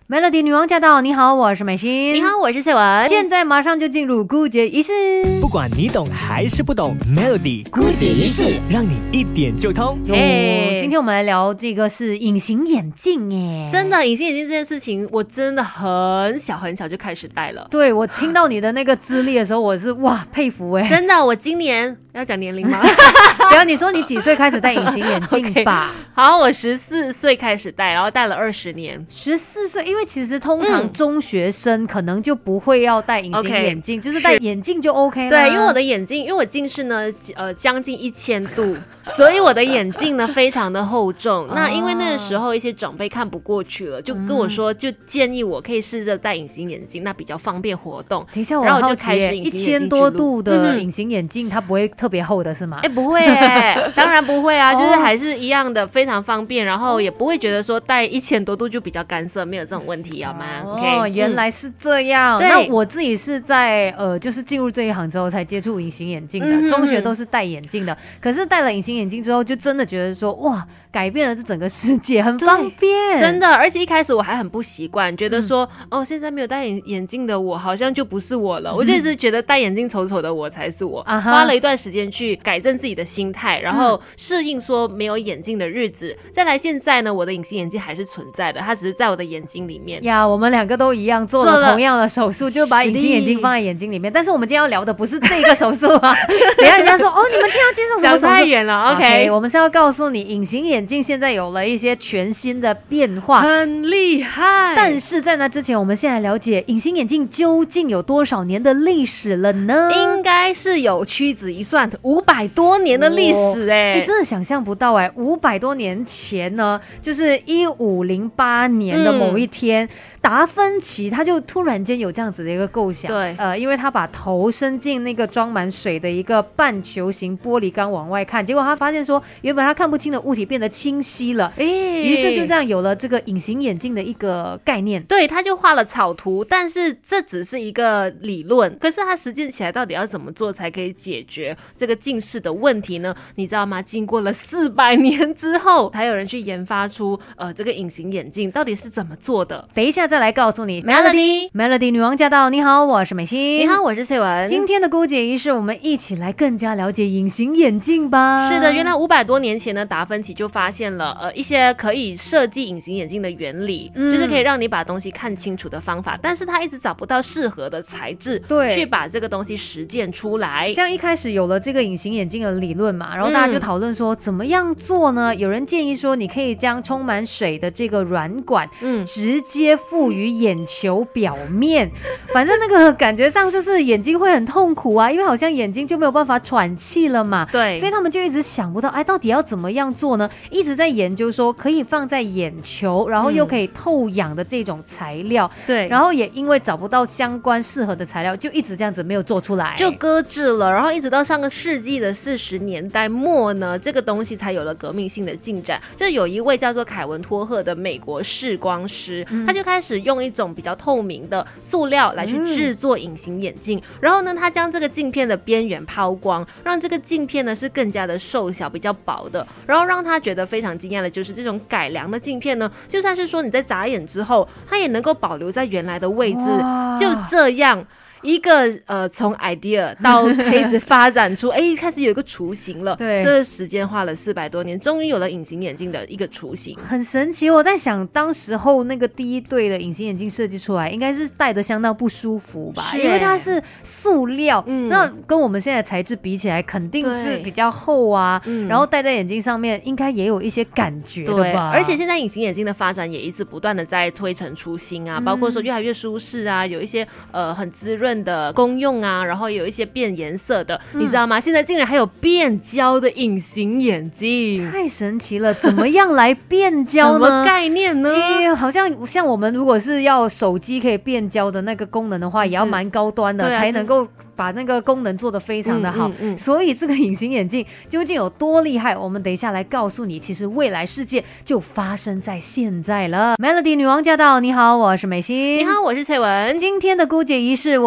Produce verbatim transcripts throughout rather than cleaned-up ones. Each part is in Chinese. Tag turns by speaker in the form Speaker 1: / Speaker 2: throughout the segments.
Speaker 1: Melody 女王驾到！你好，我是美心。
Speaker 2: 你好，我是翠文。
Speaker 1: 现在马上就进入姑姐仪式。
Speaker 3: 不管你懂还是不懂 ，Melody 姑姐仪式让你一点就通。
Speaker 1: 嘿，今天我们来聊这个是隐形眼镜耶。
Speaker 2: 真的，隐形眼镜这件事情，我真的很小很小就开始戴了。
Speaker 1: 对，我听到你的那个资历的时候，我是哇佩服哎。
Speaker 2: 真的，我今年要讲年龄吗？
Speaker 1: 不要，你说你几岁开始戴隐形眼镜吧？
Speaker 2: okay, 好，我十四岁开始戴，然后戴了二十年。
Speaker 1: 十四岁，因为其实通常中学生可能就不会要戴隐形眼镜，嗯、就是戴眼镜就 OK 了。
Speaker 2: 对，因为我的眼镜，因为我近视呢，呃，将近一千度，所以我的眼镜呢非常的厚重。那因为那个时候一些长辈看不过去了，就跟我说，就建议我可以试着戴隐形眼镜，那比较方便活动。
Speaker 1: 等一下，我好奇耶，一千多度的隐形眼镜，它不会特别厚的是吗？
Speaker 2: 哎、欸，不会哎、欸，当然不会啊，就是还是一样的，非常方便，然后也不会觉得说戴一千多度就比较干涩，没有这种问题，好吗？
Speaker 1: 哦，
Speaker 2: okay,
Speaker 1: 原来是这样。
Speaker 2: 嗯、
Speaker 1: 那我自己是在呃，就是进入这一行之后才接触隐形眼镜的，嗯、中学都是戴眼镜的。可是戴了隐形眼镜之后，就真的觉得说，哇，改变了这整个世界，很方便，
Speaker 2: 真的。而且一开始我还很不习惯，觉得说，嗯、哦，现在没有戴眼镜的我，好像就不是我了。嗯、我就一直觉得戴眼镜丑丑的我才是我。啊、花了一段时间去改正自己的心态，然后适应说没有眼镜的日子。再来，现在呢，我的隐形眼镜还是存在的，它只是在我的眼睛里面。
Speaker 1: 呀，我们两个都一样做了同样的手术，就把隐形眼镜放在眼睛里面。但是我们今天要聊的不是这个手术啊！等一下人家说哦，你们今天要接受什么手术？
Speaker 2: 想太远了。OK，
Speaker 1: 我们是要告诉你，隐形眼镜现在有了一些全新的变化，
Speaker 2: 很厉害。
Speaker 1: 但是在那之前，我们先来了解隐形眼镜究竟有多少年的历史了呢？
Speaker 2: 应该是有屈指一算，五百多年的历史哎、欸，
Speaker 1: 你真的想象不到哎、欸，五百多年前呢，就是一五零八年的某一天。嗯，达芬奇他就突然间有这样子的一个构想，
Speaker 2: 对，
Speaker 1: 呃，因为他把头伸进那个装满水的一个半球形玻璃缸往外看，结果他发现说，原本他看不清的物体变得清晰了，哎，于是就这样有了这个隐形眼镜的一个概念。
Speaker 2: 对，他就画了草图，但是这只是一个理论，可是他实践起来到底要怎么做才可以解决这个近视的问题呢？你知道吗？经过了四百年之后，才有人去研发出呃这个隐形眼镜到底是怎么做的。
Speaker 1: 等一下再来告诉你
Speaker 2: Melody
Speaker 1: Melody 女王驾到！你好，我是美心。
Speaker 2: 你好，我是翠文。
Speaker 1: 今天的姑姐仪式，我们一起来更加了解隐形眼镜吧。
Speaker 2: 是的，原来五百多年前呢，达芬奇就发现了呃一些可以设计隐形眼镜的原理，嗯、就是可以让你把东西看清楚的方法，但是他一直找不到适合的材质，
Speaker 1: 对，
Speaker 2: 去把这个东西实践出来。
Speaker 1: 像一开始有了这个隐形眼镜的理论嘛，然后大家就讨论说、嗯、怎么样做呢？有人建议说，你可以将充满水的这个软管，嗯，直接附于眼球表面，反正那个感觉上就是眼睛会很痛苦啊，因为好像眼睛就没有办法喘气了嘛。
Speaker 2: 对，
Speaker 1: 所以他们就一直想不到，哎，到底要怎么样做呢？一直在研究说可以放在眼球，然后又可以透氧的这种材料。
Speaker 2: 对、嗯，
Speaker 1: 然后也因为找不到相关适合的材料，就一直这样子没有做出来，
Speaker 2: 就搁置了。然后一直到上个世纪的四十年代末呢，这个东西才有了革命性的进展。就有一位叫做凯文托赫的美国视光师，嗯、他就开始用一种比较透明的塑料来去制作隐形眼镜，嗯、然后呢，他将这个镜片的边缘抛光，让这个镜片呢是更加的瘦小、比较薄的。然后让他觉得非常惊讶的就是这种改良的镜片呢，就算是说你在眨眼之后，它也能够保留在原来的位置，就这样。一个呃，从 idea 到开始发展出，哎，开始有一个雏形了。
Speaker 1: 对，
Speaker 2: 这个时间花了四百多年，终于有了隐形眼镜的一个雏形，
Speaker 1: 很神奇。我在想，当时候那个第一对的隐形眼镜设计出来，应该是戴得相当不舒服吧？因为它是塑料，嗯，那跟我们现在的材质比起来，肯定是比较厚啊。然后戴在眼睛上面，应该也有一些感觉的吧？
Speaker 2: 对，而且现在隐形眼镜的发展也一直不断的在推陈出新啊，嗯、包括说越来越舒适啊，有一些呃很滋润的功用啊，然后有一些变颜色的，嗯、你知道吗？现在竟然还有变焦的隐形眼镜，
Speaker 1: 太神奇了！怎么样来变焦呢？
Speaker 2: 什么概念呢？
Speaker 1: 欸、好像像我们如果是要手机可以变焦的那个功能的话，也要蛮高端的，啊、才能够把那个功能做得非常的好。嗯嗯嗯、所以这个隐形眼镜究竟有多厉害？我们等一下来告诉你。其实未来世界就发生在现在了。Melody 女王驾到！你好，我是美心。
Speaker 2: 你好，我是翠文。
Speaker 1: 今天的姑姐仪式，我们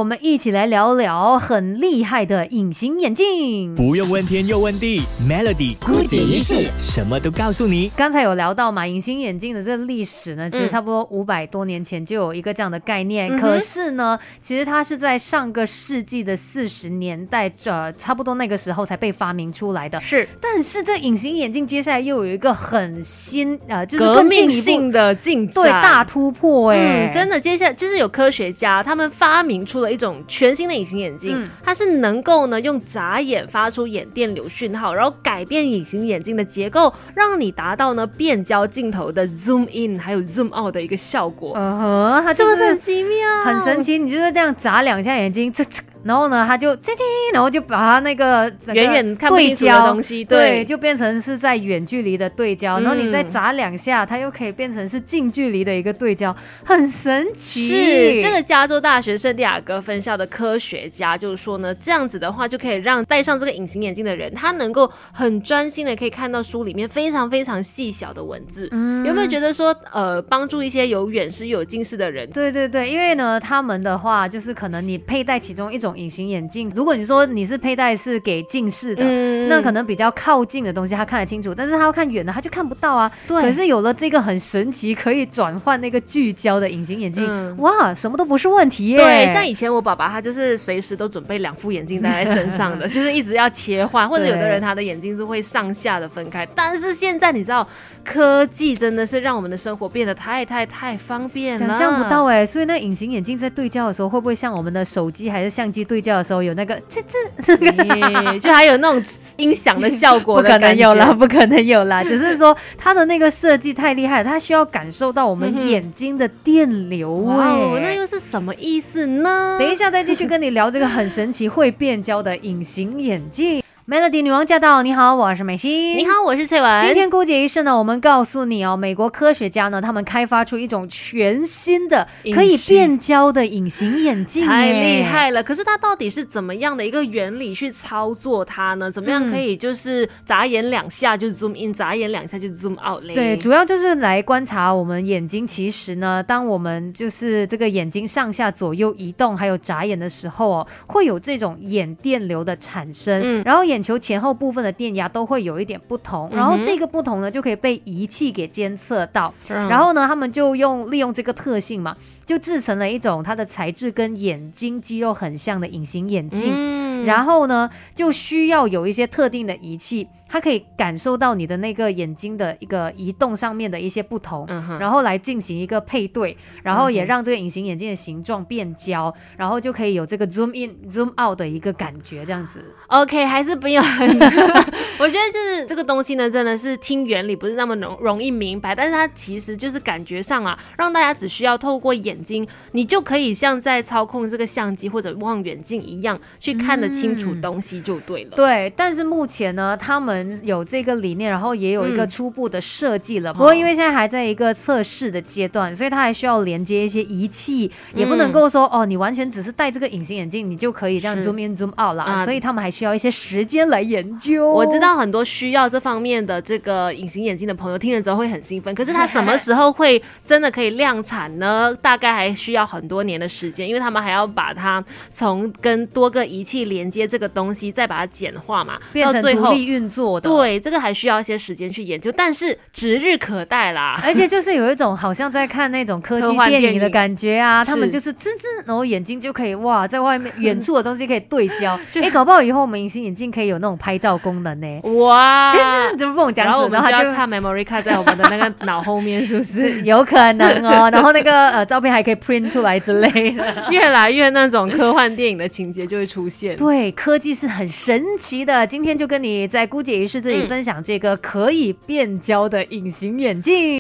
Speaker 1: 们一起来聊聊很厉害的隐形眼镜。
Speaker 3: 不用问天又问地 Melody
Speaker 4: 姑姐一世
Speaker 3: 什么都告诉你。
Speaker 1: 刚才有聊到嘛，隐形眼镜的这个历史呢，其实差不多五百多年前就有一个这样的概念、嗯、可是呢其实它是在上个世纪的四十年代呃，差不多那个时候才被发明出来的。
Speaker 2: 是，
Speaker 1: 但是这隐形眼镜接下来又有一个很新呃，就是
Speaker 2: 革命性的进展，
Speaker 1: 对，大突破哎、欸
Speaker 2: 嗯，真的，接下来就是有科学家他们发明出了一种全新的隐形眼镜、嗯、它是能够呢用眨眼发出眼电流讯号，然后改变隐形眼镜的结构，让你达到呢变焦镜头的 zoom in 还有 zoom out 的一个效果。
Speaker 1: 嗯哼，它就是
Speaker 2: 是不是很奇妙？
Speaker 1: 很神奇，你就是这样眨两下眼睛，这这。然后呢，他就叽叽，然后就把他那个
Speaker 2: 远远看不清楚的东西， 对,
Speaker 1: 对，就变成是在远距离的对焦、嗯。然后你再眨两下，它又可以变成是近距离的一个对焦，很神奇。
Speaker 2: 是这个加州大学圣地亚哥分校的科学家就是说呢，这样子的话就可以让戴上这个隐形眼镜的人，他能够很专心的可以看到书里面非常非常细小的文字。嗯，有没有觉得说，呃，帮助一些有远视又有近视的人？
Speaker 1: 对对对，因为呢，他们的话就是可能你佩戴其中一种隐形眼镜，如果你说你是佩戴是给近视的、嗯、那可能比较靠近的东西他看得清楚，但是他要看远的他就看不到啊。对，可是有了这个很神奇可以转换那个聚焦的隐形眼镜、嗯、哇，什么都不是问题耶。
Speaker 2: 对，像以前我爸爸他就是随时都准备两副眼镜戴在身上的就是一直要切换，或者有的人他的眼睛是会上下的分开，但是现在你知道科技真的是让我们的生活变得太太太方便了，
Speaker 1: 想象不到哎。所以那隐形眼镜在对焦的时候会不会像我们的手机还是相机对焦的时候有那个吱吱、
Speaker 2: 欸、就还有那种音响的效果的感觉？
Speaker 1: 不可能有啦，不可能有啦，只是说它的那个设计太厉害了，它需要感受到我们眼睛的电流哎、欸
Speaker 2: 嗯，那又是什么意思呢？
Speaker 1: 等一下再继续跟你聊这个很神奇会变焦的隐形眼镜。Melody 女王驾到！你好，我是美心。
Speaker 2: 你好，我是翠文。
Speaker 1: 今天姑姐一世呢，我们告诉你哦，美国科学家呢，他们开发出一种全新的可以变焦的隐形眼镜，
Speaker 2: 太厉害了！可是它到底是怎么样的一个原理去操作它呢？怎么样可以就是眨眼两下就 zoom in， 眨眼两下就 zoom out 嘞？
Speaker 1: 对，主要就是来观察我们眼睛。其实呢，当我们就是这个眼睛上下左右移动，还有眨眼的时候哦，会有这种眼电流的产生，嗯、然后眼。眼球前后部分的电压都会有一点不同，然后这个不同呢就可以被仪器给监测到、嗯、然后呢他们就用利用这个特性嘛，就制成了一种它的材质跟眼睛肌肉很像的隐形眼镜、嗯、然后呢就需要有一些特定的仪器，它可以感受到你的那个眼睛的一个移动上面的一些不同、嗯、然后来进行一个配对，然后也让这个隐形眼镜的形状变焦，然后就可以有这个 zoom in zoom out 的一个感觉，这样子。
Speaker 2: OK， 还是不用我觉得就是这个东西呢真的是听原理不是那么容容易明白，但是它其实就是感觉上啊，让大家只需要透过眼睛，你就可以像在操控这个相机或者望远镜一样去看得清楚东西就对了、嗯、
Speaker 1: 对，但是目前呢他们有这个理念，然后也有一个初步的设计了、嗯、不过因为现在还在一个测试的阶段，所以它还需要连接一些仪器、嗯、也不能够说哦你完全只是戴这个隐形眼镜你就可以这样 zoom in zoom out 啦、啊、所以他们还需要一些时间来研究。
Speaker 2: 我知道很多需要这方面的这个隐形眼镜的朋友听了之后会很兴奋，可是它什么时候会真的可以量产呢？大概还需要很多年的时间，因为他们还要把它从跟多个仪器连接这个东西再把它简化嘛，
Speaker 1: 变成独立运作的。
Speaker 2: 对，这个还需要一些时间去研究，但是指日可待啦。
Speaker 1: 而且就是有一种好像在看那种科技电影的感觉啊，他们就是滋滋，然后眼睛就可以哇在外面远处的东西可以对焦哎、欸，搞不好以后我们隐形眼镜可以有那种拍照功能呢、欸。哇，就是怎么不讲，
Speaker 2: 然后我们就要插 memory card 在我们的那个脑后面，是不是？
Speaker 1: 有可能哦。然后那个呃照片还可以 print 出来之类的，
Speaker 2: 越来越那种科幻电影的情节就会出现。
Speaker 1: 对，科技是很神奇的。今天就跟你在姑姐仪式这里分享这个可以变焦的隐形眼镜。